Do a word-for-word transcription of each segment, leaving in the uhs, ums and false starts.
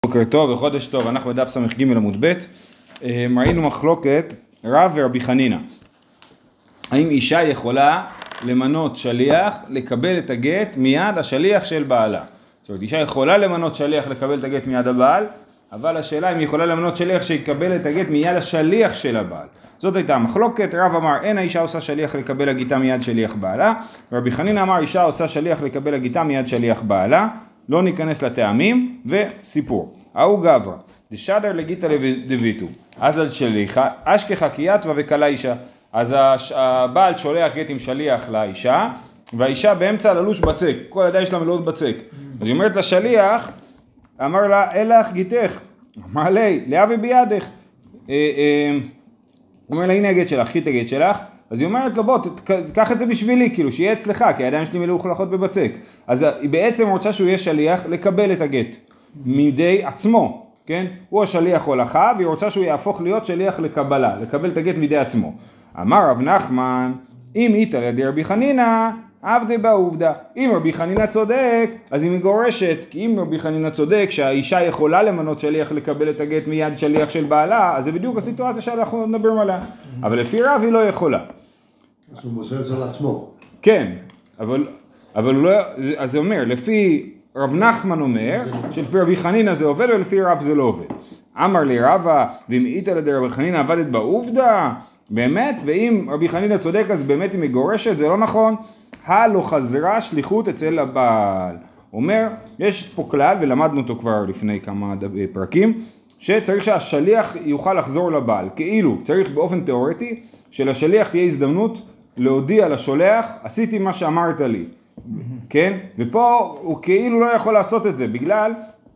בוקר טוב וחודש טוב, אנחנו בדף סמך ג' עמוד ב'. ראינו מחלוקת רב ורבי חנינא. האם אישה יכולה למנות שליח לקבל את הגט מיד השליח של בעלה? זאת אומרת, אישה יכולה למנות שליח לקבל את הגט מיד הבעל, אבל השאלה אם היא יכולה למנות שליח שיקבל את הגט מיד השליח של הבעל. זאת הייתה המחלוקת. רב אמר אין האישה עושה שליח לקבל הגיטה מיד שליח בעלה, ורבי חנינא אמר אישה עושה שליח לקבל הגיטה מיד שליח בעלה. לא ניכנס לטעמים וסיפור. ההוא גברא, דשדר לגיטה דביטו, אז על שליחה, אשכחה קייתווה וקלה אישה. אז הבעל שולח גט עם שליח לאישה, והאישה באמצע ללוש בצק, כל ידיים שלה מלאות בצק. אז היא אומרת לשליח, אמר לה, אלך גיתך, אמר לי, לאבי בידך. הוא אומר לה, הנה הגט שלך, קחי את הגט שלך. אז היא אומרת לו, בוא, תקח את זה בשבילי, כאילו, שיהיה אצלך, כי הידיים שלי מלאו חלחות בבצק. אז היא בעצם רוצה שהוא יהיה שליח לקבל את הגט, מידי עצמו, כן? הוא השליח הולכה, והיא רוצה שהוא יהפוך להיות שליח לקבלה, לקבל את הגט מידי עצמו. אמר רב נחמן, אם איתה לידי רבי חנינא, עבדי בעובדה. אם רבי חנינא צודק, אז היא מגורשת, כי אם רבי חנינא צודק, שהאישה יכולה למנות שליח לקבל את הגט מיד שליח של בעלה, אז זה בדיוק הסיטואציה שאנחנו נדבר עליה. אבל לפי רב היא לא יכולה. אז הוא מוסר את זה לעצמו. כן, אבל, אבל הוא לא, אז זה אומר, לפי רב נחמן אומר, שלפי רבי חנינא זה עובד, ולפי רב זה לא עובד. אמר לי רבא, ואם איתה לידי רבי חנינא עבדת בעובדה, באמת, ואם רבי חנינא צודק, אז באמת היא מגורשת, זה לא נכון. הלא חזרה שליחות אצל הבעל. אומר, יש פה כלל, ולמדנו אותו כבר לפני כמה פרקים, שצריך שהשליח יוכל לחזור לבעל. כאילו, צריך באופן תיאורטי, שלשליח תהיה הזדמנות להודיע לשולח, עשיתי מה שאמרת לי. כן? ופה הוא כאילו לא יכול לעשות את זה, בגלל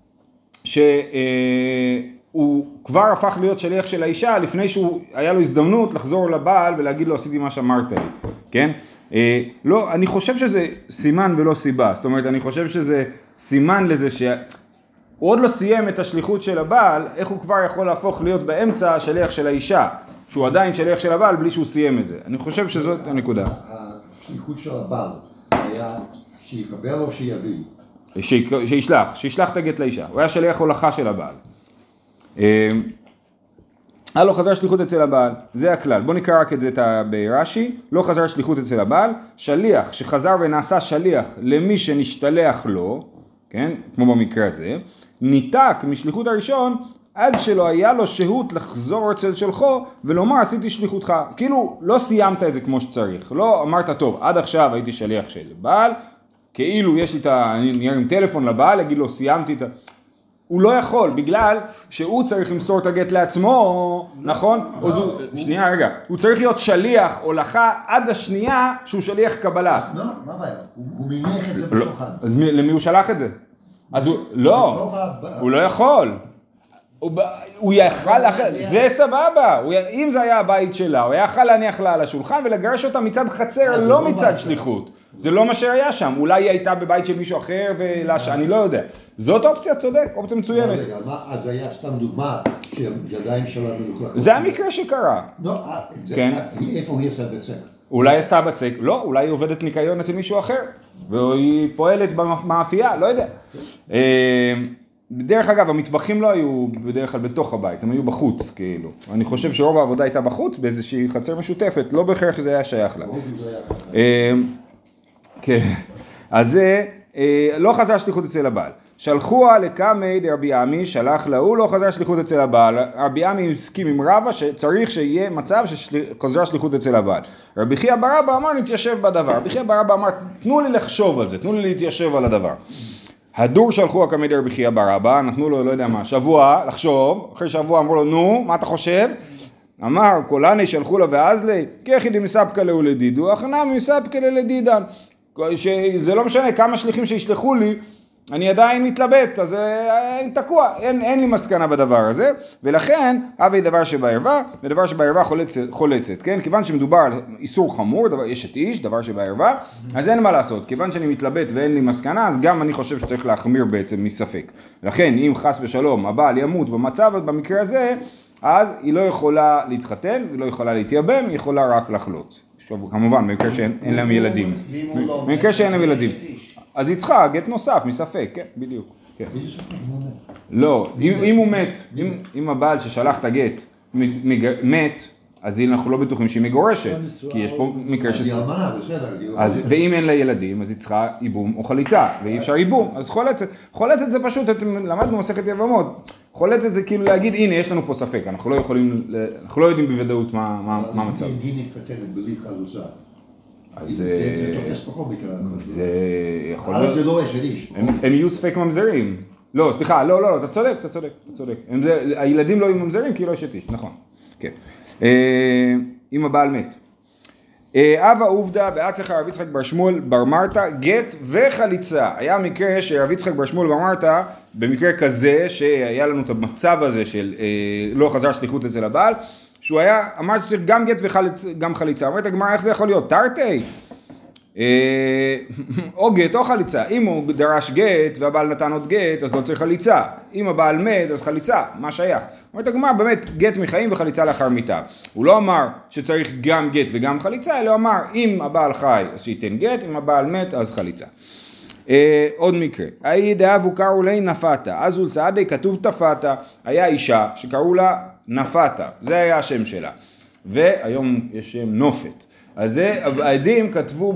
שהוא כבר הפך להיות שליח של האישה, לפני שהוא היה לו הזדמנות לחזור לבעל ולהגיד לו, עשיתי מה שאמרת לי. כן? לא, אני חושב שזה סימן ולא סיבה. זאת אומרת, אני חושב שזה סימן לזה ש... הוא עוד לא סיים את השליחות של הבעל, איך הוא כבר יכול להפוך להיות באמצע השליח של האישה, שהוא עדיין שליח של הבעל בלי שהוא סיים את זה. אני חושב שזאת הנקודה. השליחות של הבעל היה שיקבל או שיביא? שישלח, שישלח את הגט לאישה. הוא היה שליח הולכה של הבעל. אה, לא חזר שליחות אצל הבעל, זה הכלל. בוא נקרא רק את זה ברש"י. לא חזר שליחות אצל הבעל, שליח שחזר ונעשה שליח למי שנשתלח לו, כן, כמו במקרה הזה, ניתק משליחות הראשון עד שלא היה לו שהות לחזור אצל שלחו ולומר עשיתי שליחותך. כאילו לא סיימת את זה כמו שצריך, לא אמרת טוב עד עכשיו הייתי שליח של בעל, כאילו יש לי את ה... אני נהיה עם טלפון לבעל, להגיד לו סיימתי את ה... הוא לא יכול, בגלל שהוא צריך למסור את הגט לעצמו, נכון? שנייה רגע, הוא צריך להיות שליח הולכה עד השנייה שהוא שליח קבלה. לא, מה הבעיה? הוא מיניח את זה בשולחן. אז למי הוא שלח את זה? אז הוא, לא, הוא לא יכול. הוא יכל, זה סבבה, אם זה היה הבית שלה, הוא יכל להניח לה על השולחן ולגרש אותה מצד חצר, לא מצד שליחות. זה לא מה שהיה שם, אולי היא הייתה בבית של מישהו אחר ולש... אני לא יודע. זאת אופציה, צודק, אופציה מצוינת. אז היה סתם דוגמה שידיים שלה מלוכלכות. זה המקרה שקרה. לא, איפה היא עושה בצק? אולי עשתה בצק, לא, אולי היא עובדת ניקיון אצל מישהו אחר, והיא פועלת במאפייה, לא יודע. בדרך אגב, המטבחים לא היו בדרך כלל בתוך הבית, הם היו בחוץ, כאילו. אני חושב שרוב העבודה הייתה בחוץ, באיזושהי חצר משותפת, לא בהכרח שזה היה שייך לה. כן, אז זה לא חזר שליחות אצל הבעל. שלחוה לקמי דרבי עמי, שלח להוא, לא חזר שליחות אצל הבעל. רבי עמי הסכים עם רבא שצריך שיהיה מצב שחזרה שליחות אצל הבעל. רבי חייא בר אבא אמר נתיישב בדבר. רבי חייא בר אבא אמר תנו לי לחשוב על זה, תנו לי להתיישב על הדבר. הדור שלחוה קמי דרבי חייא בר אבא, נתנו לו לא יודע מה, שבוע לחשוב, אחרי שבוע אמרו לו נו, מה אתה חושב? אמר כולני שלחו לה ואז לי, כיחידי מספקא לו לדידו, הכנה מספקא לדידן. זה לא משנה כמה שליחים שישלחו לי, אני עדיין מתלבט, אז אני תקוע, אין, אין לי מסקנה בדבר הזה, ולכן, אבי דבר שבערווה, ודבר שבערווה חולצת, חולצת, כן? כיוון שמדובר על איסור חמור, דבר, יש את איש, דבר שבערווה, אז אין מה לעשות, כיוון שאני מתלבט ואין לי מסקנה, אז גם אני חושב שצריך להחמיר בעצם מספק. לכן, אם חס ושלום, הבעל ימות במצב, במקרה הזה, אז היא לא יכולה להתחתן, היא לא יכולה להתייבם, היא יכולה רק לחלוץ. כמובן, במקרה שאין להם ילדים. במקרה שאין להם ילדים. אז היא צריכה גט נוסף, מספק, כן, בדיוק. כן. איזה ספק הוא מת? לא, אם, אם הוא מת, אם, אם הבעל ששלח את הגט מת, אז אנחנו לא בטוחים שהיא מגורשת, כי יש פה מקרה אז ש... היא אלמנה, בסדר. אז, ואם אין לה ילדים, אז היא צריכה ייבום או חליצה, ואי אפשר ייבום, אז חולצת. חולצת זה פשוט, אתם למדנו מסכת יבמות, חולצת זה כאילו להגיד, הנה, יש לנו פה ספק, אנחנו לא יכולים, אנחנו לא יודעים בוודאות מה, מה, מה המצב. היא מתחתנת בלי חלוצה. אז זה תופס מקום בקרה. זה יכול אבל להיות... זה לא אשת איש. הם הם יהיו ספק ממזרים. לא, סליחה, לא, לא, לא, אתה צודק, אתה צודק, אתה צודק. הם זה- הילדים לא יהיו ממזרים כי לא אשת איש, נכון. כן. אה, אם הבעל מת. אה, אבא עובדא בהצלחה רב יצחק בר שמואל בר מרתא גט וחליצה. היה מקרה שרב יצחק בר שמואל בר מרתא, במקרה כזה שהיה לנו את המצב הזה של אה, לא חזר שליחות אצל הבעל, שהוא היה, אמר שצריך גם גט וגם חליצה. אומרת הגמרא, איך זה יכול להיות? תרתי? אה, או גט או חליצה. אם הוא דרש גט והבעל נתן עוד גט, אז לא צריך חליצה. אם הבעל מת, אז חליצה. מה שייך? אומרת הגמרא, באמת גט מחיים וחליצה לאחר מיתה. הוא לא אמר שצריך גם גט וגם חליצה, אלא אמר אם הבעל חי אז שייתן גט, אם הבעל מת אז חליצה. אה, עוד מקרה, היי דאבו קראו לי נפתה, אז הוא לסעדי כתוב תפתה, היה אישה שקראו לה נפתה, זה היה השם שלה, והיום יש שם נופת, אז זה, העדים כתבו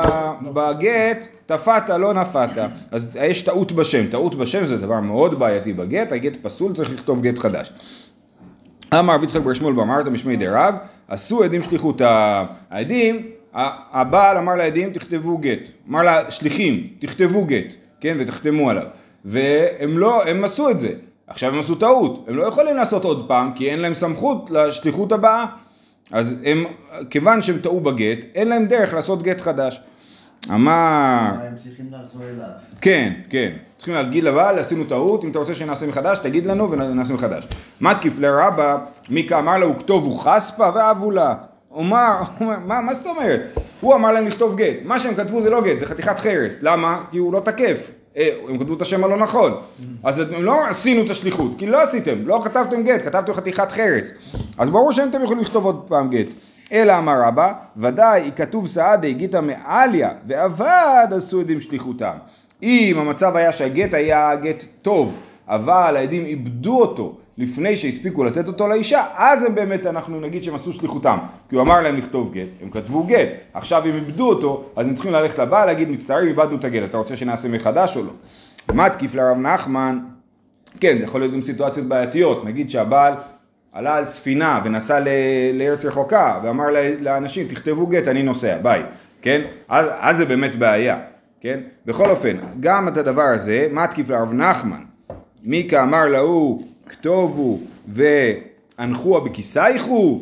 בגט תפתה לא נפתה, אז יש טעות בשם, טעות בשם זה דבר מאוד בעייתי בגט, הגט פסול צריך לכתוב גט חדש. אמר רב יצחק בר שמואל בר מרתא משמי דרב, עשו עדים שליחותם, העדים, הבעל אמר לעדים תכתבו גט, אמר לשליחים תכתבו גט, כן, ותחתמו עליו, והם לא, הם עשו את זה, עכשיו הם עשו טעות, הם לא יכולים לעשות עוד פעם, כי אין להם סמכות לשליחות הבאה, אז הם, כיוון שהם טעו בגט, אין להם דרך לעשות גט חדש. אמר... הם צריכים לעזור אליו. כן, כן. צריכים להגיד לבעל, עשינו טעות, אם אתה רוצה שנעשה מחדש, תגיד לנו ונעשה מחדש. מתקיף לרבא, מיקה אמר לה, הוא כתוב הוא חספה ואהבו לה. אומר, מה, מה זאת אומרת? הוא אמר להם לכתוב גט. מה שהם כתבו זה לא גט, זה חתיכת חרס. למה? כי הוא לא תקף. אה, הם כתבו את השם הלא נכון. אז הם לא עשינו את השליחות, כי לא עשיתם, לא כתבתם גט, כתבתם חתיכת חרס. אז ברור שאתם יכולים לכתוב עוד פעם גט. אלא אמר רבא, ודאי כתוב סעדה הגיתה מעליה, ועבד עשו עדים שליחותם. אם המצב היה שהגט היה גט טוב, אבל העדים איבדו אותו לפני שהספיקו לתת אותו לאישה, אז הם באמת, אנחנו נגיד שהם עשו שליחותם, כי הוא אמר להם לכתוב גט, הם כתבו גט, עכשיו הם איבדו אותו, אז הם צריכים ללכת לבעל, להגיד מצטערים, איבדנו את הגט, אתה רוצה שנעשה מחדש או לא? מתקיף לרב נחמן, כן, זה יכול להיות גם סיטואציות בעייתיות, נגיד שהבעל עלה על ספינה ונסע לארץ רחוקה, ואמר לאנשים, תכתבו גט, אני נוסע, ביי, כן? אז, אז זה באמת בעיה, כן? בכל אופן, גם את הדבר הזה, מתקיף לרב נחמן, מיקה אמר להוא, כתובו ואנחוה בכיסייכו,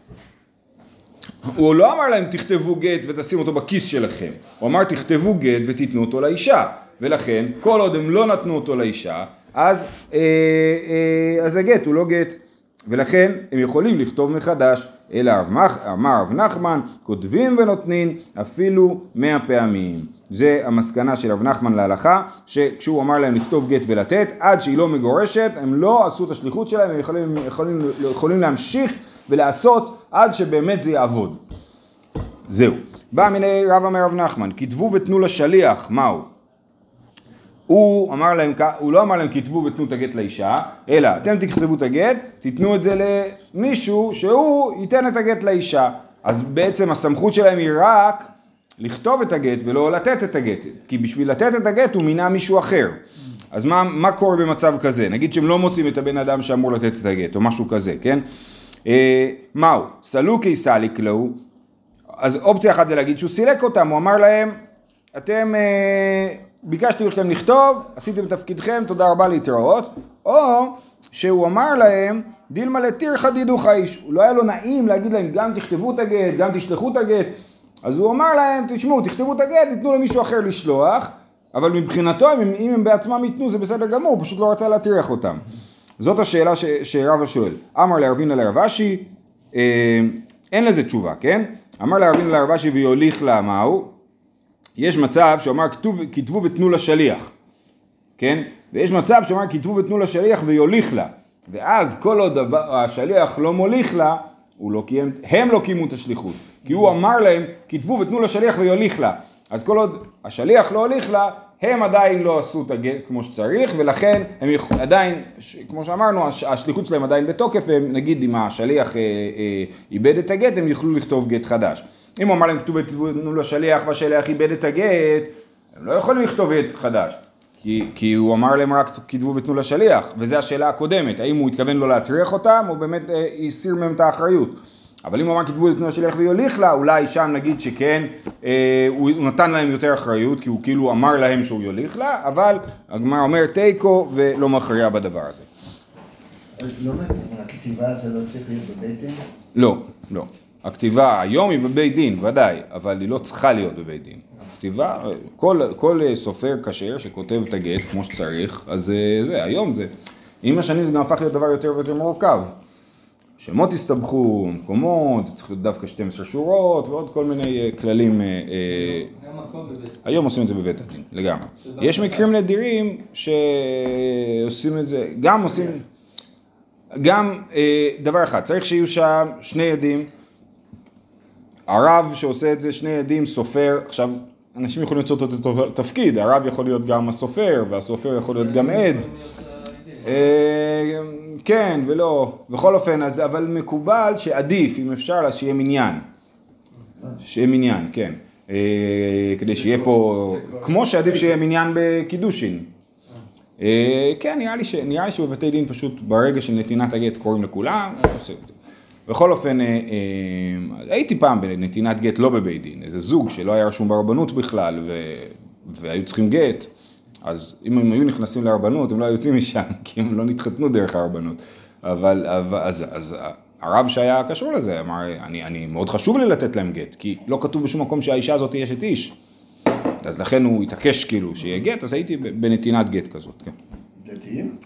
הוא לא אמר להם תכתבו גט ותשים אותו בכיס שלכם, הוא אמר תכתבו גט ותיתנו אותו לאישה, ולכן כל עוד הם לא נתנו אותו לאישה, אז, אה, אה, אז הגט הוא לא גט, ולכן הם יכולים לכתוב מחדש, אלא אמר רב נחמן, כותבים ונותנים אפילו מאה פעמים. זה המסקנה של רב נחמן להלכה, שכשהוא אמר להם לכתוב גט ולתת, עד שהיא לא מגורשת, הם לא עשו את השליחות שלהם, הם יכולים, יכולים, יכולים להמשיך ולעשות עד שבאמת זה יעבוד. זהו. בא מיני רב אמר רב נחמן, כתבו ותנו לשליח, מהו? הוא אמר להם, הוא לא אמר להם כתבו ותנו את הגט לאישה, אלא אתם תכתבו את הגט, תיתנו את זה למישהו שהוא ייתן את הגט לאישה. אז בעצם הסמכות שלהם היא רק לכתוב את הגט ולא לתת את הגט, כי בשביל לתת את הגט הוא מינה מישהו אחר. אז מה, מה קורה במצב כזה? נגיד שהם לא מוצאים את הבן אדם שאמור לתת את הגט או משהו כזה, כן? אה, מהו? סלוקי סליק לו, אז אופציה אחת זה להגיד שהוא סילק אותם, הוא אמר להם, אתם... אה, ביקשתי לכם לכתוב, עשיתם תפקידכם, תודה רבה להתראות, או שהוא אמר להם, דילמה לתיר חדידו חייש, הוא לא היה לו נעים להגיד להם, גם תכתבו את הגט, גם תשלחו את הגט, אז הוא אמר להם, תשמעו, תכתבו את הגט, תיתנו למישהו אחר לשלוח, אבל מבחינתו, אם, אם הם בעצמם ייתנו, זה בסדר גמור, הוא פשוט לא רצה להתריח אותם. זאת השאלה ש, שרבא שואל. אמר לרבינה לרב אשי, אה, אין לזה תשובה, כן? אמר לרבינה לרב אשי ויוליך לה, מהו? יש מצב שאומר כתוב, כתבו ותנו לשליח, כן? ויש מצב שאומר כתבו ותנו לשליח ויוליך לה, ואז כל עוד השליח לא מוליך לה, הוא לא קיים, הם לא קיימו את השליחות, כי הוא אמר להם כתבו ותנו לשליח ויוליך לה, אז כל עוד השליח לא הוליך לה, הם עדיין לא עשו את הגט כמו שצריך, ולכן הם יכול, עדיין, כמו שאמרנו, הש, השליחות שלהם עדיין בתוקף, והם נגיד אם השליח אה, אה, איבד את הגט, הם יוכלו לכתוב גט חדש. אם הוא אמר להם כתוב תנו לשליח והשליח איבד את הגט, הם לא יכולים לכתוב גט חדש, כי, כי הוא אמר להם רק כתבו ותנו לשליח, וזו השאלה הקודמת, האם הוא התכוון לא להטריח אותם, או באמת אה, הסיר מהם את האחריות. אבל אם הוא אמר כתבו ותנו לשליח ויוליך לה, אולי שם נגיד שכן, אה, הוא, הוא נתן להם יותר אחריות, כי הוא כאילו אמר להם שהוא יוליך לה, אבל הגמרא אומר תיקו ולא מכריע בדבר הזה. אז לא מבין, הכתיבה זה לא צריך להיות בבית דין? לא, לא. הכתיבה היום היא בבית דין, ודאי, אבל היא לא צריכה להיות בבית דין. הכתיבה, כל, כל סופר כשר שכותב את הגט כמו שצריך, אז זה, היום זה, עם השנים זה גם הפך להיות דבר יותר ויותר מורכב. שמות הסתבכו, מקומות, צריך להיות דווקא שתים עשרה שורות, ועוד כל מיני כללים. גם הכל בבית. היום עושים את זה בבית הדין, לגמרי. יש מקרים נדירים שעושים את זה, גם עושים, גם דבר אחד, צריך שיהיו שם שני עדים, הרב שעושה את זה, שני עדים, סופר, עכשיו אנשים יכולים לצאת אותו תפקיד, הרב יכול להיות גם הסופר, והסופר יכול להיות גם עד. כן ולא, בכל אופן, אז, אבל מקובל שעדיף, אם אפשר, אז שיהיה מניין. שיהיה מניין, כן. כדי שיהיה פה, כמו שעדיף שיהיה מניין בקידושין. כן, נראה לי, ש, נראה לי שבבתי דין פשוט ברגע של נתינת הגט קוראים לכולם, עושה את זה. בכל אופן, הייתי פעם בנתינת גט לא בבית דין, איזה זוג שלא היה רשום ברבנות בכלל, ו... והיו צריכים גט, אז אם הם היו נכנסים לרבנות, הם לא היו יוצאים משם, כי הם לא נתחתנו דרך הרבנות. אבל, אז, אז הרב שהיה קשור לזה, אמר, אני, אני מאוד חשוב לי לתת להם גט, כי לא כתוב בשום מקום שהאישה הזאת תהיה אשת איש. אז לכן הוא התעקש כאילו שיהיה גט, אז הייתי בנתינת גט כזאת, כן. דתיים?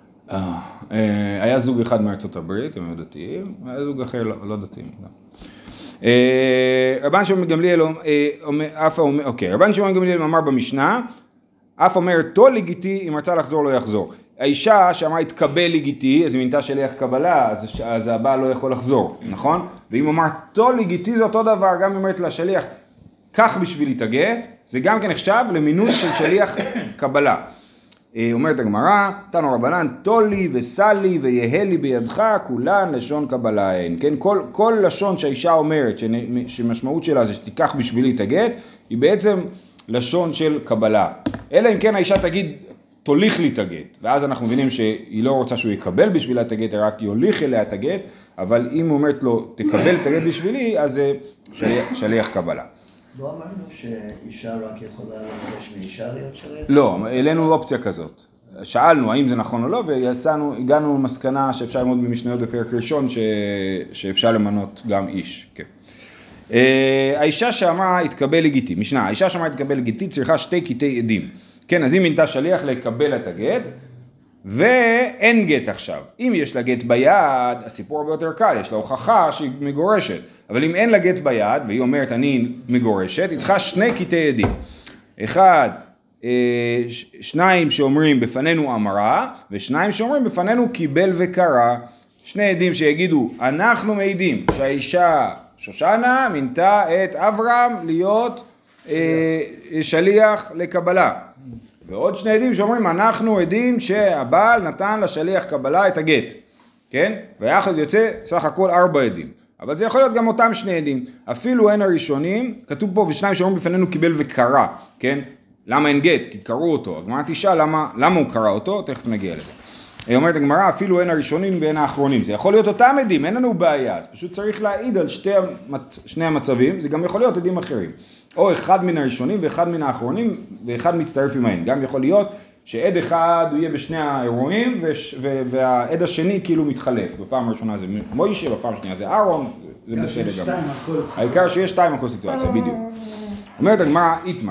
היה זוג אחד מארצות הברית, הם היו דתיים, היה זוג אחר לא דתיים. רבן שמעון בן גמליאל, אוקיי, רבן שמעון בן גמליאל אמר במשנה, אף אומר תול לגיטי, אם רצה לחזור לא יחזור. האישה שאמרה התקבל לגיטי, אז היא מינתה שליח קבלה, אז, אז הבעל לא יכול לחזור, נכון? ואם הוא אמר תול לגיטי זה אותו דבר, גם אם אומרת לשליח, קח בשבילי את הגט, זה גם כן נחשב למינוי של שליח קבלה. אומרת הגמרא, תנו רבנן, תולי וסלי ויהיה לי בידך, כולן לשון קבלה הן. כן? כל, כל לשון שהאישה אומרת, שמשמעות שלה זה שתיקח בשבילי את הגט, היא בעצם לשון של קבלה. אלא אם כן האישה תגיד, תוליך לי את הגט. ואז אנחנו מבינים שהיא לא רוצה שהוא יקבל בשבילה את הגט, רק יוליך אליה את הגט, אבל אם הוא אומרת לו, תקבל את הגט בשבילי, אז זה שליח, שליח קבלה. לא אמרנו שאישה רק יכולה לבקש מאישה להיות שליח? לא, העלינו אופציה כזאת. שאלנו האם זה נכון או לא, ויצאנו, הגענו למסקנה שאפשר ללמוד במשניות בפרק ראשון, ש... שאפשר למנות גם איש. כן. האישה שאמרה התקבל לגיטי, משנה, האישה שאמרה התקבל לגיטי צריכה שתי קטעי עדים. כן, אז היא מינתה שליח לקבל את הגט, ואין גט עכשיו. אם יש לה גט ביד, הסיפור הרבה יותר קל, יש לה הוכחה שהיא מגורשת. אבל אם אין לה גט ביד, והיא אומרת אני מגורשת, היא צריכה שני קטעי עדים. אחד, שניים שאומרים בפנינו אמרה, ושניים שאומרים בפנינו קיבל וקרא. שני עדים שיגידו, אנחנו מעידים שהאישה שושנה מינתה את אברהם להיות אה, שליח לקבלה. ועוד שני עדים שאומרים, אנחנו עדים שהבעל נתן לשליח קבלה את הגט. כן? ויחד יוצא סך הכל ארבע עדים. אבל זה יכול להיות גם אותם שני עדים. אפילו הן הראשונים, כתוב פה ושניים שאומרים בפנינו קיבל וקרא. כן? למה אין גט? כי קראו אותו. הגמרא תשאל למה, למה הוא קרא אותו? תכף נגיע לזה. היא אומרת הגמרא, אפילו הן הראשונים והן האחרונים. זה יכול להיות אותם עדים, אין לנו בעיה. אז פשוט צריך להעיד על שתי, שני המצבים, זה גם יכול להיות עדים אחרים. או אחד מן הראשונים ואחד מן האחרונים, ואחד מצטרף עמהם. גם יכול להיות שעד אחד הוא יהיה בשני האירועים, והעד השני כאילו מתחלף. בפעם הראשונה זה מוישה, בפעם השנייה זה אהרון, זה בסדר גם. העיקר שיש שתיים הכל סיטואציה, בדיוק. אומרת הגמרא, איתמר.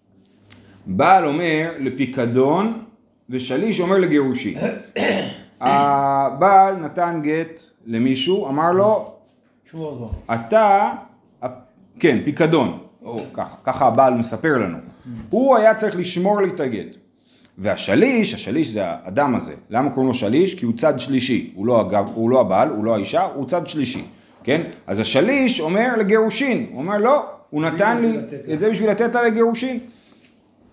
בעל אומר לפיקדון, ושליש אומר לגירושין. הבעל נתן גט למישהו, אמר לו, אתה, כן, פיקדון, או ככה, ככה הבעל מספר לנו. הוא היה צריך לשמור לי את הגט. והשליש, השליש זה האדם הזה. למה קוראים לו שליש? כי הוא צד שלישי. הוא לא, הוא לא הבעל, הוא לא האישה, הוא צד שלישי. כן? אז השליש אומר לגירושין. הוא אומר, לא, הוא נתן לי את זה בשביל לתת לה לגירושין.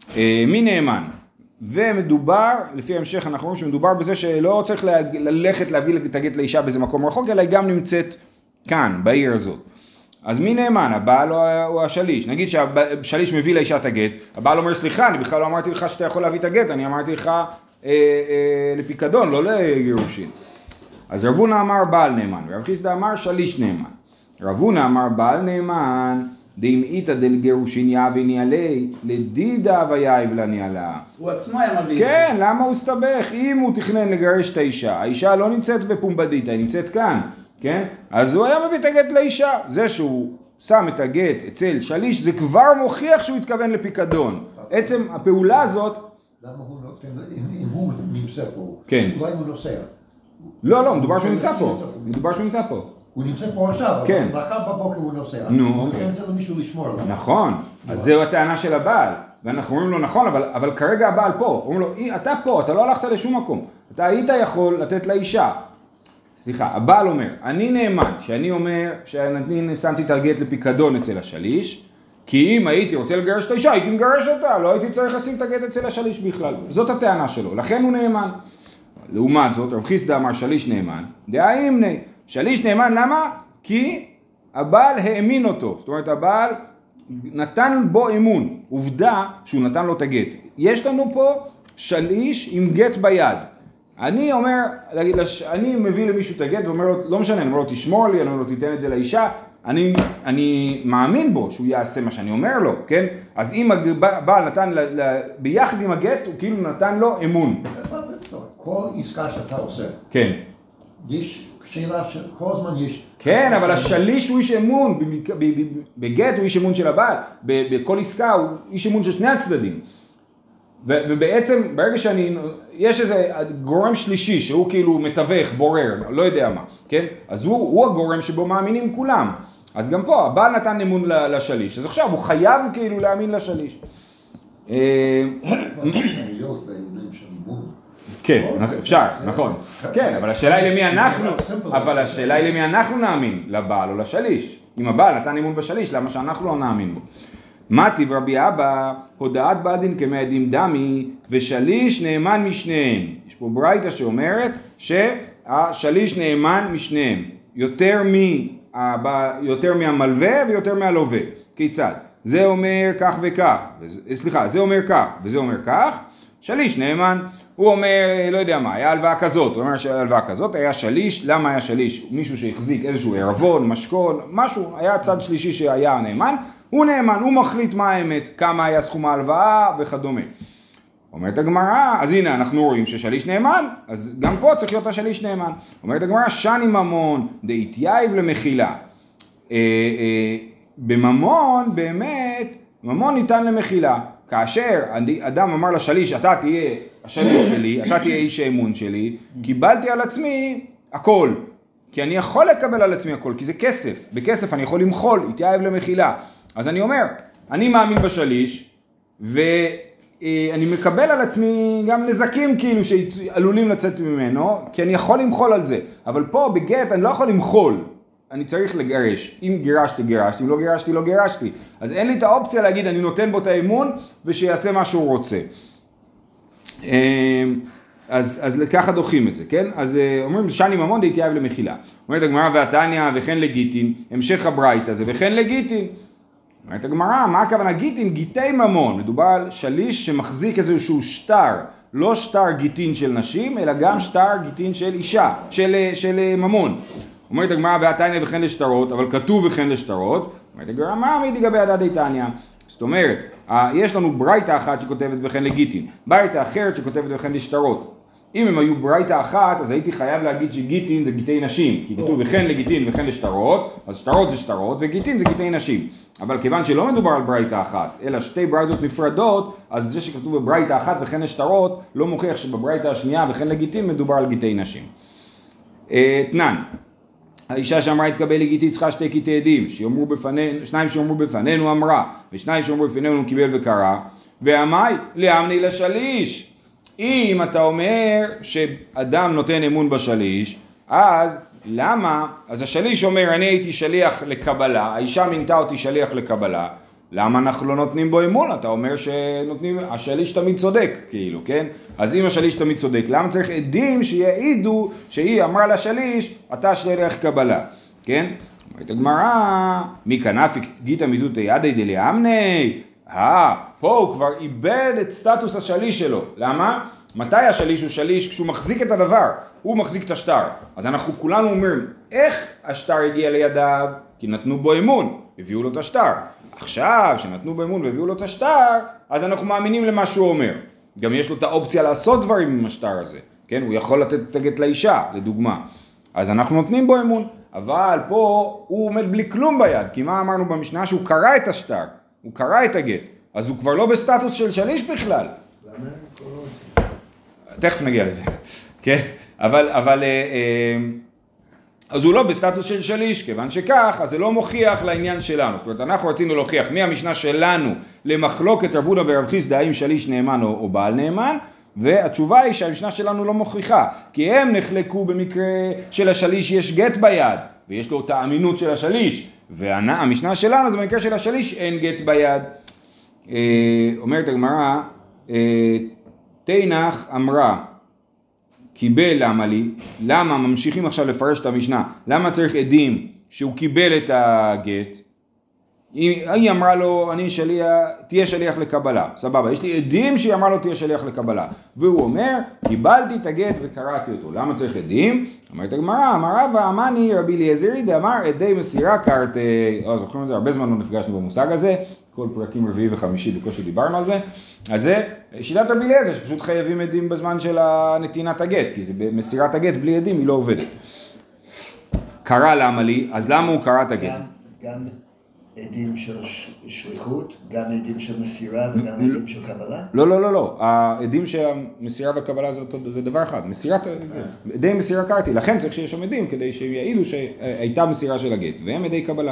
אה, מי נאמן? ומדובר, לפי המשך אנחנו רואים שמדובר בזה שלא צריך ללכת להביא את הגט לאישה באיזה מקום רחוק, אלא היא גם נמצאת כאן, בעיר הזאת. אז מי נאמן? הבעל או השליש? נגיד שהשליש מביא לאישה את הגט, הבעל אומר סליחה, אני בכלל לא אמרתי לך שאתה יכול להביא את הגט, אני אמרתי לך אה, אה, לפיקדון, לא לגירושין. אז רב הונא אמר בעל נאמן, ורב חיסדא אמר שליש נאמן. רב הונא אמר בעל נאמן, דאם איתא דלגירושין יאביני עלי, לדידא ויאיב לה ניעלה. הוא עצמו היה מביא. כן, למה הוא הסתבך? אם הוא תכנן לגרש את האישה, האישה לא נמצאת בפומבדיתא, היא נמצאת כאן, כן? אז הוא היה מביא את הגט לאישה. זה שהוא שם את הגט אצל שליש, זה כבר מוכיח שהוא התכוון לפיקדון. עצם הפעולה הזאת... למה הוא נותן, אם הוא נמצא פה, כן. אולי הוא נוסע. לא, לא, מדובר שהוא נמצא פה. מדובר שהוא נמצא פה. הוא נמצא פה עכשיו, כן. אבל מחר בבוקר הוא נוסע. נו, הוא אוקיי. נותן את זה למישהו לשמור עליו. נכון, אז זו הטענה של הבעל. ואנחנו אומרים לו נכון, אבל, אבל כרגע הבעל פה. אומרים לו, אתה פה, אתה לא הלכת לשום מקום. אתה היית יכול לתת לאישה. סליחה, הבעל אומר, אני נאמן, שאני אומר שאני שמתי את הגט לפיקדון אצל השליש, כי אם הייתי רוצה לגרש את האישה, הייתי מגרש אותה, לא הייתי צריך לשים את הגט אצל השליש בכלל. זאת הטענה שלו, לכן הוא נאמן. לעומת זאת, רב חיסדא אמר שליש נאמן, דעה אימני. שליש נאמן, למה? כי הבעל האמין אותו. זאת אומרת, הבעל נתן בו אמון. עובדה שהוא נתן לו את הגט. יש לנו פה שליש עם גט ביד. אני אומר, אני מביא למישהו את הגט ואומר לו, לא משנה, אני אומר לו, תשמור לי, אני אומר לו, תיתן את זה לאישה. אני, אני מאמין בו שהוא יעשה מה שאני אומר לו, כן? אז אם הבעל נתן, ביחד עם הגט, הוא כאילו נתן לו אמון. כל עסקה שאתה עושה, כן. יש שאלה שכל הזמן יש... כן, אבל השליש הוא איש אמון, בגט הוא איש אמון של הבעל, בכל עסקה הוא איש אמון של שני הצדדים. ובעצם ברגע שאני, יש איזה גורם שלישי שהוא כאילו מתווך, בורר, לא יודע מה, כן? אז הוא, הוא הגורם שבו מאמינים כולם. אז גם פה, הבעל נתן אמון לשליש, אז עכשיו הוא חייב כאילו להאמין לשליש. כן, אפשר, נכון. כן, אבל השאלה היא למי אנחנו, אבל השאלה היא למי אנחנו נאמין, לבעל או לשליש. אם הבעל נתן אמון בשליש, למה שאנחנו לא נאמין בו? מתי ורבי אבא, הודעת בעדין כמעדים דמי, ושליש נאמן משניהם. יש פה ברייתא שאומרת שהשליש נאמן משניהם. יותר, מ, יותר מהמלווה ויותר מהלווה. כיצד? זה אומר כך וכך, סליחה, זה אומר כך וזה אומר כך, שליש נאמן. הוא אומר, לא יודע מה, היה הלוואה כזאת, הוא אומר שהיה הלוואה כזאת, היה שליש, למה היה שליש? מישהו שהחזיק איזשהו ערבון, משכון, משהו, היה צד שלישי שהיה נאמן, הוא נאמן, הוא מחליט מה האמת, כמה היה סכום ההלוואה וכדומה. אומרת הגמרא, אז הנה אנחנו רואים ששליש נאמן, אז גם פה צריך להיות השליש נאמן. אומרת הגמרא, שני ממון דאיתייב למחילה. אה, אה, בממון באמת, ממון ניתן למחילה. כאשר אדם אמר לשליש, אתה תהיה השליש שלי, אתה תהיה איש האמון שלי, קיבלתי על עצמי הכל. כי אני יכול לקבל על עצמי הכל, כי זה כסף. בכסף אני יכול למחול, התייעב למחילה. אז אני אומר, אני מאמין בשליש, ואני מקבל על עצמי גם נזקים כאילו שעלולים לצאת ממנו, כי אני יכול למחול על זה. אבל פה בגט אני לא יכול למחול. אני צריך לגרש. אם גירשתי, גירשתי. אם לא גירשתי, לא גירשתי. אז אין לי את האופציה להגיד, אני נותן בו את האמון, ושיעשה מה שהוא רוצה. אז, אז ככה דוחים את זה, כן? אז אומרים, שני ממון דאיתייב למחילה. אומרת הגמרא והתניא, וכן לגיטין, המשך הברייתא הזה, וכן לגיטין. אומרת הגמרא, מה הכוונה גיטין? גיטי ממון. מדובר על שליש שמחזיק איזשהו שטר, לא שטר גיטין של נשים, אלא גם שטר גיטין של אישה, של, של ממון. אומרת הגמרא והתניא וכן לשטרות, אבל כתוב וכן לשטרות. אומרת הגמרא, מה מי לגבי הדא דתניא? זאת אומרת, יש לנו ברייתא אחת שכותבת וכן לגיטין, ברייתא אחרת שכותבת וכן לשטרות. אם הם היו ברייתא אחת, אז הייתי חייב להגיד שגיטין זה גיטי נשים, כי כתוב וכן לגיטין וכן לשטרות, אז שטרות זה שטרות וגיטין זה גיטי נשים. אבל כיוון שלא מדובר על ברייתא אחת, אלא שתי ברייתות נפרדות, אז זה שכתוב בברייתא אחת וכן לשטרות, לא מוכיח שבברייתא השנייה וכן לגיטין מדובר על גיטי נשים. תנן. האישה שאמרה התקבל לגיטי צריכה שתי קטעי עדים, שיאמרו בפנינו, שניים שאומרו בפנינו אמרה, ושניים שאומרו בפנינו קיבל וקרא, ועמי לאמני לשליש. אם אתה אומר שאדם נותן אמון בשליש, אז למה? אז השליש אומר, אני הייתי שליח לקבלה, האישה מינתה אותי שליח לקבלה, למה אנחנו לא נותנים בו אמון? אתה אומר שנותנים, השליש תמיד צודק, כאילו, כן? אז אם השליש תמיד צודק, למה צריך עדים שיעידו שהיא אמרה לשליש, אתה שליח קבלה, כן? אומרת הגמרא, מי כנפי גיתא מידותא ידי דליאמני? אה, פה הוא כבר איבד את סטטוס השליש שלו. למה? מתי השליש הוא שליש? כשהוא מחזיק את הדבר, הוא מחזיק את השטר. אז אנחנו כולנו אומרים, איך השטר הגיע לידיו? כי נתנו בו אמון, הביאו לו את השטר. עכשיו, שנתנו בו אמון והביאו לו את השטר, אז אנחנו מאמינים למה שהוא אומר. גם יש לו את האופציה לעשות דברים עם השטר הזה. כן? הוא יכול לתת את הגט לאישה, לדוגמה. אז אנחנו נותנים בו אמון. אבל פה הוא עומד בלי כלום ביד, כי מה אמרנו במשנה? שהוא קרא את השטר, הוא קרא את הגט. אז הוא כבר לא בסטטוס של שליש בכלל. למה? תכף נגיע לזה, כן? אבל, אבל, אז הוא לא בסטטוס של שליש, כיוון שכך, אז זה לא מוכיח לעניין שלנו. זאת אומרת, אנחנו רצינו להוכיח מהמשנה שלנו למחלוקת רב הונא ורב חיסדא האם שליש נאמן או, או בעל נאמן, והתשובה היא שהמשנה שלנו לא מוכיחה, כי הם נחלקו במקרה של השליש יש גט ביד, ויש לו את האמינות של השליש, והמשנה שלנו זה במקרה של השליש אין גט ביד. אומרת הגמרא, תנח אמרה, קיבל למה לי, למה ממשיכים עכשיו לפרש את המשנה, למה צריך עדים שהוא קיבל את הגט, היא, היא אמרה לו, אני שליח, תהיה שליח לקבלה, סבבה, יש לי עדים שהיא אמרה לו תהיה שליח לקבלה, והוא אומר, קיבלתי את הגט וקראתי אותו, למה צריך עדים? אמרת הגמרא, אמר רבא אמני רבי אליעזרי דאמר עדי מסירה קרתי, או זוכרים את זה, הרבה זמן לא נפגשנו במושג הזה, כל פרקים רביעי וחמישי בקושי דיברנו על זה, אז זה שיטת רבי אליעזר, שפשוט חייבים עדים בזמן של נתינת הגט, כי זה במסירת הגט בלי עדים היא לא עובדת. קרא למה לי, אז למה הוא קרא את הגט? גם, גם עדים של שליחות, גם עדים של מסירה וגם עדים של קבלה? לא, לא, לא, לא. העדים של המסירה והקבלה זה, זה דבר אחד. מסירת, עדי מסירה קראתי. לכן צריך שיש שם עדים כדי שהם יעידו שהייתה מסירה של הגט, והם עדי קבלה.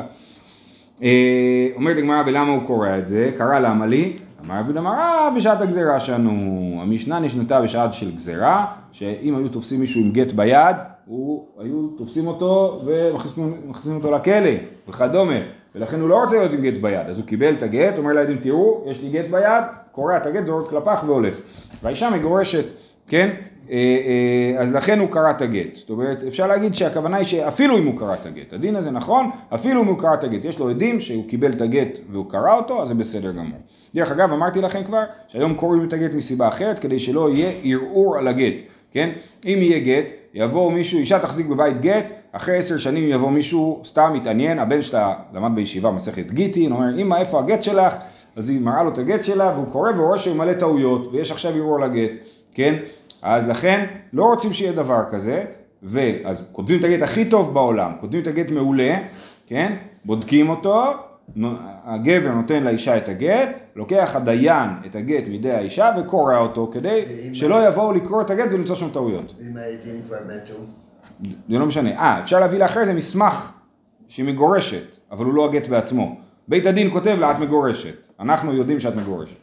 אומרת הגמרא, ולמה הוא קורא את זה? קרא למה לי? אמר רבי אמרה בשעת הגזירה שלנו. המשנה נשנתה בשעת של גזירה, שאם היו תופסים מישהו עם גט ביד, הוא, היו תופסים אותו ומכניסים אותו לכלא וכדומה. ולכן הוא לא רוצה להיות עם גט ביד, אז הוא קיבל את הגט, אומר לילדים, תראו, יש לי גט ביד, קורא את הגט, זורק כלפח והולך. והאישה מגורשת, כן? אז לכן הוא קרא את הגט. זאת אומרת, אפשר להגיד שהכוונה היא שאפילו אם הוא קרא את הגט, הדין הזה נכון, אפילו אם הוא קרא את הגט, יש לו עדים שהוא קיבל את הגט והוא קרא אותו, אז זה בסדר גמור. דרך אגב, אמרתי לכם כבר, שהיום קוראים את הגט מסיבה אחרת, כדי שלא יהיה ערעור על הגט, כן? אם יהיה גט, יבוא מישהו, אישה תחזיק בבית גט, אחרי עשר שנים יבוא מישהו, סתם מתעניין, הבן שלה למד בישיבה מסכת גיטין, אומר, אמא, איפה הגט שלך? אז היא מראה לו את הגט שלה, והוא קורא ורואה שהוא מלא טעויות, ויש עכשיו ערעור לגט, כן? אז לכן, לא רוצים שיהיה דבר כזה, ואז כותבים את הגט הכי טוב בעולם, כותבים את הגט מעולה, כן? בודקים אותו, הגבר נותן לאישה את הגט, לוקח הדיין את הגט מידי האישה וקורא אותו, כדי שלא יבואו לקרוא את הגט ולמצוא שם טעויות. ואם העדים כבר מתו? זה לא משנה. אה, אפשר להביא לאחרי זה מסמך שהיא מגורשת, אבל הוא לא הגט בעצמו. בית הדין כותב לה, את מגורשת. אנחנו יודעים שאת מגורשת.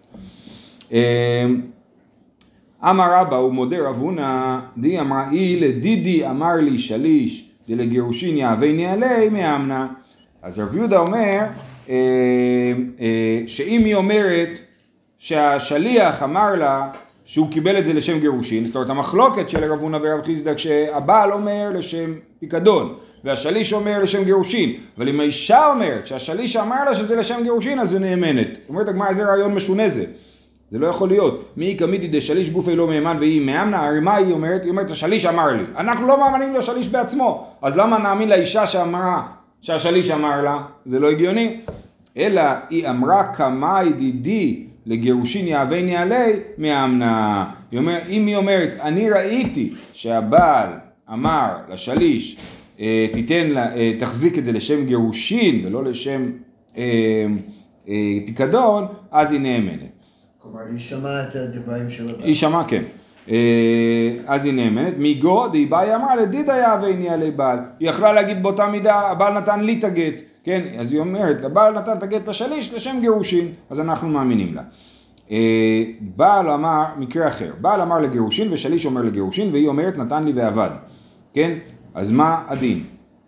אמר רבא ומודה רב הונא, די אמרה אי לדידי אמר לי שליש, דלגירושין יהוויני עלי מאמנה. אז רב יהודה אומר, אה, אה, שאם היא אומרת שהשליח אמר לה שהוא קיבל את זה לשם גירושין, זאת אומרת המחלוקת של רב הונא ורב חיסדא, כשהבעל אומר לשם פיקדון, והשליש אומר לשם גירושין, אבל אם האישה אומרת שהשליש אמר לה שזה לשם גירושין, אז זה נאמנת. זאת אומרת, הגמרא, איזה רעיון משונה זה. זה לא יכול להיות. מי קמידי דשליש גופי לא מאמן והיא מאמנה, הרי מה היא אומרת? היא אומרת, השליש אמר לי. אנחנו לא מאמינים לשליש בעצמו, אז למה נאמין לאישה שאמרה שהשליש אמר לה? זה לא הגיוני. אלא היא אמרה כמה ידידי לגירושין יהוויני עלי מאמנה. היא אומרת, אם היא אומרת, אני ראיתי שהבעל אמר לשליש, תיתן לה, תחזיק את זה לשם גירושין ולא לשם אה, אה, פיקדון, אז היא נאמנת. כלומר, היא שמעה את הדברים של הבעל. היא שמעה, כן. אז היא נאמנת. מיגו, די באי אמרה לדידה יהוויני עלי בעל. היא יכלה להגיד באותה מידה, הבעל נתן לי את הגט. כן, אז היא אומרת, הבעל נתן את הגט לשליש לשם גירושין, אז אנחנו מאמינים לה. בעל אמר, מקרה אחר, בעל אמר לגירושין ושליש אומר לגירושין, והיא אומרת נתן לי ועבד. כן, אז מה הדין?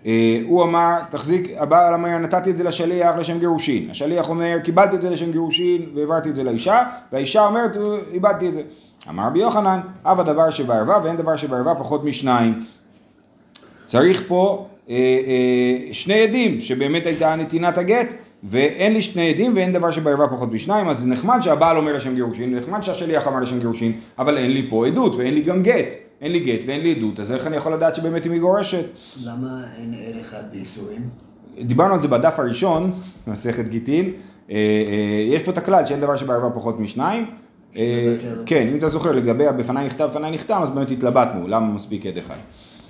הוא אמר, תחזיק, הבעל אמר, נתתי את זה לשליח לשם גירושין. השליח אומר, קיבלתי את זה לשם גירושין והעברתי את זה לאישה, והאישה אומרת, איבדתי את זה. אמר רבי יוחנן, אב הדבר שבערווה ואין דבר שבערווה פחות משניים. צריך פה אה, אה, שני עדים שבאמת הייתה נתינת הגט, ואין לי שני עדים ואין דבר שבערווה פחות משניים, אז נחמד שהבעל אומר לשם גירושין, נחמד שהשליח אמר לשם גירושין, אבל אין לי פה עדות ואין לי גם גט. אין לי גט ואין לי עדות, אז איך אני יכול לדעת שבאמת היא מגורשת? למה אין אל אחד בייסורים? דיברנו על זה בדף הראשון, מסכת גיטין, יש פה את הכלל שאין דבר שבערווה פחות משניים. כן, אם אתה זוכר, לגבי בפני נכתב, בפני נכתב, אז באמת התלבטנו, למה מספיק עד אחד.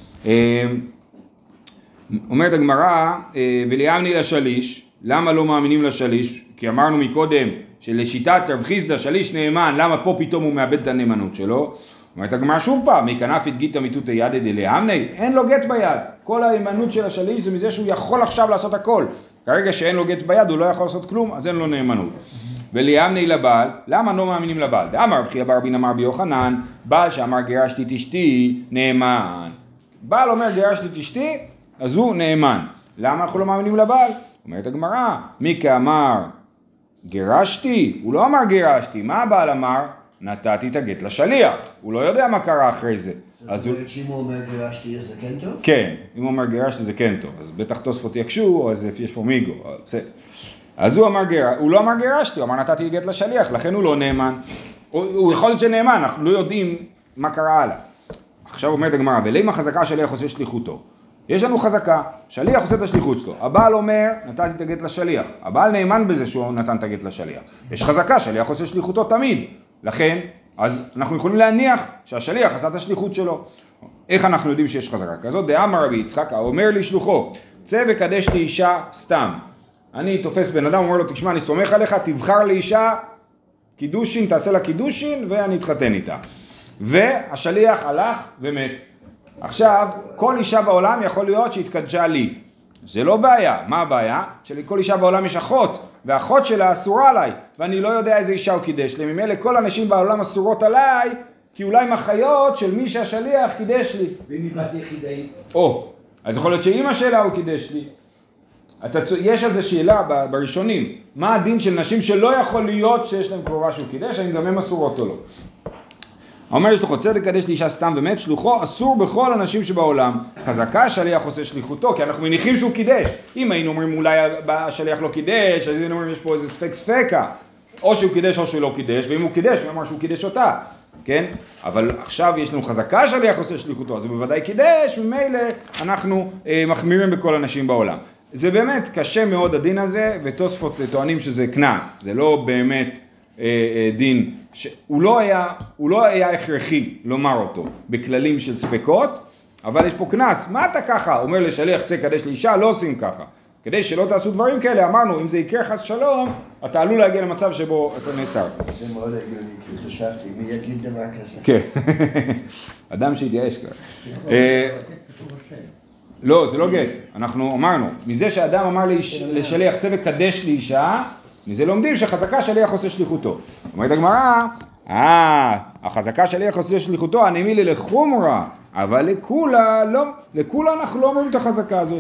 אומרת הגמרא, וליאמני לשליש, למה לא מאמינים לשליש? כי אמרנו מקודם שלשיטת רב חיסדא שליש נאמן, למה פה פתאום הוא מאבד את הנאמנות שלו? אומרת הגמרא שוב פעם, מכנף את גיטה מיתותא ידא דליאמני, אין לו גט ביד. כל הנאמנות של השליש זה מזה שהוא יכול עכשיו לעשות הכל. כרגע שאין לו גט ביד הוא לא יכול לעשות כלום, אז אין לו נאמנות. וליאמני לבעל, למה לא מאמינים לבעל? דאמר רב חייא בר אבינא אמר רבי יוחנן, בעל שאמר גירשתי את אשתי נאמן. בעל אומר גירשתי את אשתי, אז הוא נאמן. למה אנחנו לא מאמינים לבעל? אומרת הגמרא, מיקה אמר גירשתי, הוא לא אמר גירשתי, מה הבעל אמר? נתתי את הגט לשליח, הוא לא יודע מה קרה אחרי זה. זאת אומרת שאם הוא אומר גירשתי זה כן טוב? כן, אם הוא אומר גירשתי זה כן טוב, אז בטח תוספות יקשו, אז יש פה מיגו, אז הוא אמר גירשתי, הוא לא אמר גירשתי, הוא אמר נתתי גט לשליח, לכן הוא לא נאמן. הוא יכול להיות שנאמן, אנחנו לא יודעים מה קרה הלאה. עכשיו אומרת הגמרא, ולמה חזקה השליח עושה שליחותו? יש לנו חזקה, שליח עושה את השליחות שלו, הבעל אומר נתתי את הגט לשליח, הבעל נאמן בזה שהוא נתן את הגט לשליח. יש חזקה, שליח עושה שליחותו תמיד. לכן, אז אנחנו יכולים להניח שהשליח עשה את השליחות שלו. איך אנחנו יודעים שיש חזקה כזאת? דאמר רבי יצחק, אומר לי שלוחו, צא וקדש לי אישה סתם. אני תופס בן אדם, אומר לו, תשמע, אני סומך עליך, תבחר לי אישה, קידושין, תעשה לה קידושין, ואני אתחתן איתה. והשליח הלך ומת. עכשיו, כל אישה בעולם יכול להיות שהתקדשה לי. זה לא בעיה. מה הבעיה? שלכל אישה בעולם יש אחות, והאחות שלה אסורה עליי, ואני לא יודע איזה אישה הוא קידש לי. ממילא כל הנשים בעולם אסורות עליי, כי אולי עם החיות של מי שהשליח קידש לי. ואם היא בת יחידאית? או, אז יכול להיות שאמא שלה הוא קידש לי. אתה, יש על זה שאלה בראשונים, מה הדין של נשים שלא יכול להיות שיש להם קרובה שהוא קידש, האם גם הם אסורות או לא. אומר שלוחו צדק קדש לאישה סתם ומת, שלוחו אסור בכל הנשים שבעולם. חזקה שליח עושה שליחותו, כי אנחנו מניחים שהוא קידש. אם היינו אומרים אולי השליח לא קידש, אז היינו אומרים יש פה איזה ספק ספקה. או שהוא קידש או שהוא לא קידש, ואם הוא קידש, הוא אמר שהוא קידש אותה. כן? אבל עכשיו יש לנו חזקה שליח עושה שליחותו, אז הוא בוודאי קידש, וממילא אנחנו אה, מחמירים בכל הנשים בעולם. זה באמת קשה מאוד הדין הזה, ותוספות טוענים שזה קנס. זה לא באמת דין, שהוא לא היה, הוא לא היה הכרחי לומר אותו בכללים של ספקות, אבל יש פה קנס. מה אתה ככה? אומר לשליח צא קדש לאישה, לא עושים ככה. כדי שלא תעשו דברים כאלה, אמרנו, אם זה יקרה חס שלום, אתה עלול להגיע למצב שבו אתה נאסר. זה מאוד הגיוני, כי חשבתי, מי יגיד דבר כזה? כן. אדם שהתייאש כבר. לא, זה לא גט. אנחנו אמרנו, מזה שאדם אמר לשליח צא וקדש לאישה, מזה לומדים שחזקה שליח עושה שליחותו. אומרת הגמרא, אה, החזקה שליח עושה שליחותו, הנמי לי לחומרה, אבל לכולה לא, לכולה אנחנו לא אומרים את החזקה הזאת.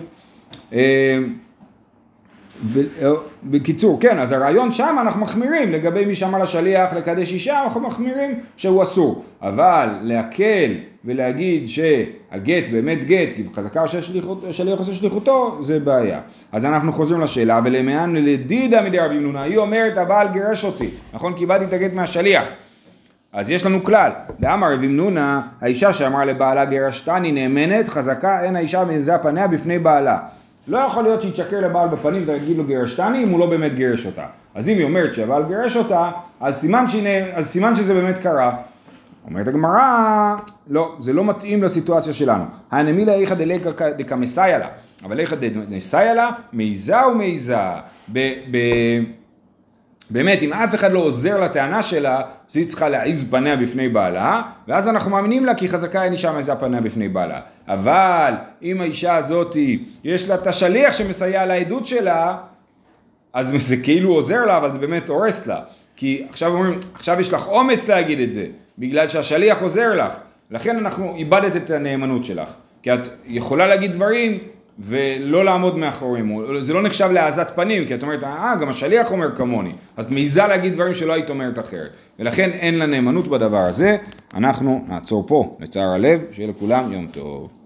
בקיצור, כן, אז הרעיון שם אנחנו מחמירים, לגבי מי שאמר לשליח לקדש אישה, אנחנו מחמירים שהוא אסור. אבל להקל ולהגיד שהגט באמת גט, כי חזקה השליח עושה שליחותו, זה בעיה. אז אנחנו חוזרים לשאלה, ולמען לדידה מדי רבי מנונה, היא אומרת, הבעל גירש אותי, נכון? קיבלתי את הגט מהשליח. אז יש לנו כלל, דאמר רבי מנונה, האישה שאמרה לבעלה גירשתני נאמנת, חזקה אין האישה מעיזה פניה בפני בעלה. לא יכול להיות שהיא תשקר לבעל בפנים ותגיד לו גירשתני אם הוא לא באמת גירש אותה. אז אם היא אומרת שהבעל גירש אותה, אז סימן, שהנה, אז סימן שזה באמת קרה. אומרת הגמרא, לא, זה לא מתאים לסיטואציה שלנו. הנמילה איכא דליקא דקמסאיה לה, אבל איכא דנסאיה לה, מעיזה ומעיזה. ב- ב- באמת, אם אף אחד לא עוזר לטענה שלה, אז היא צריכה להעיז פניה בפני בעלה, ואז אנחנו מאמינים לה כי חזקה אין אישה מעיזה פניה בפני בעלה. אבל אם האישה הזאת, יש לה את השליח שמסייע לעדות שלה, אז זה כאילו עוזר לה, אבל זה באמת הורס לה. כי עכשיו אומרים, עכשיו יש לך אומץ להגיד את זה, בגלל שהשליח עוזר לך. לכן אנחנו איבדת את הנאמנות שלך. כי את יכולה להגיד דברים ולא לעמוד מאחוריהם, זה לא נחשב להעזת פנים, כי את אומרת, אה, גם השליח אומר כמוני, אז את מעיזה להגיד דברים שלא היית אומרת אחרת, ולכן אין לה נאמנות בדבר הזה, אנחנו נעצור פה, לצער הלב, שיהיה לכולם יום טוב.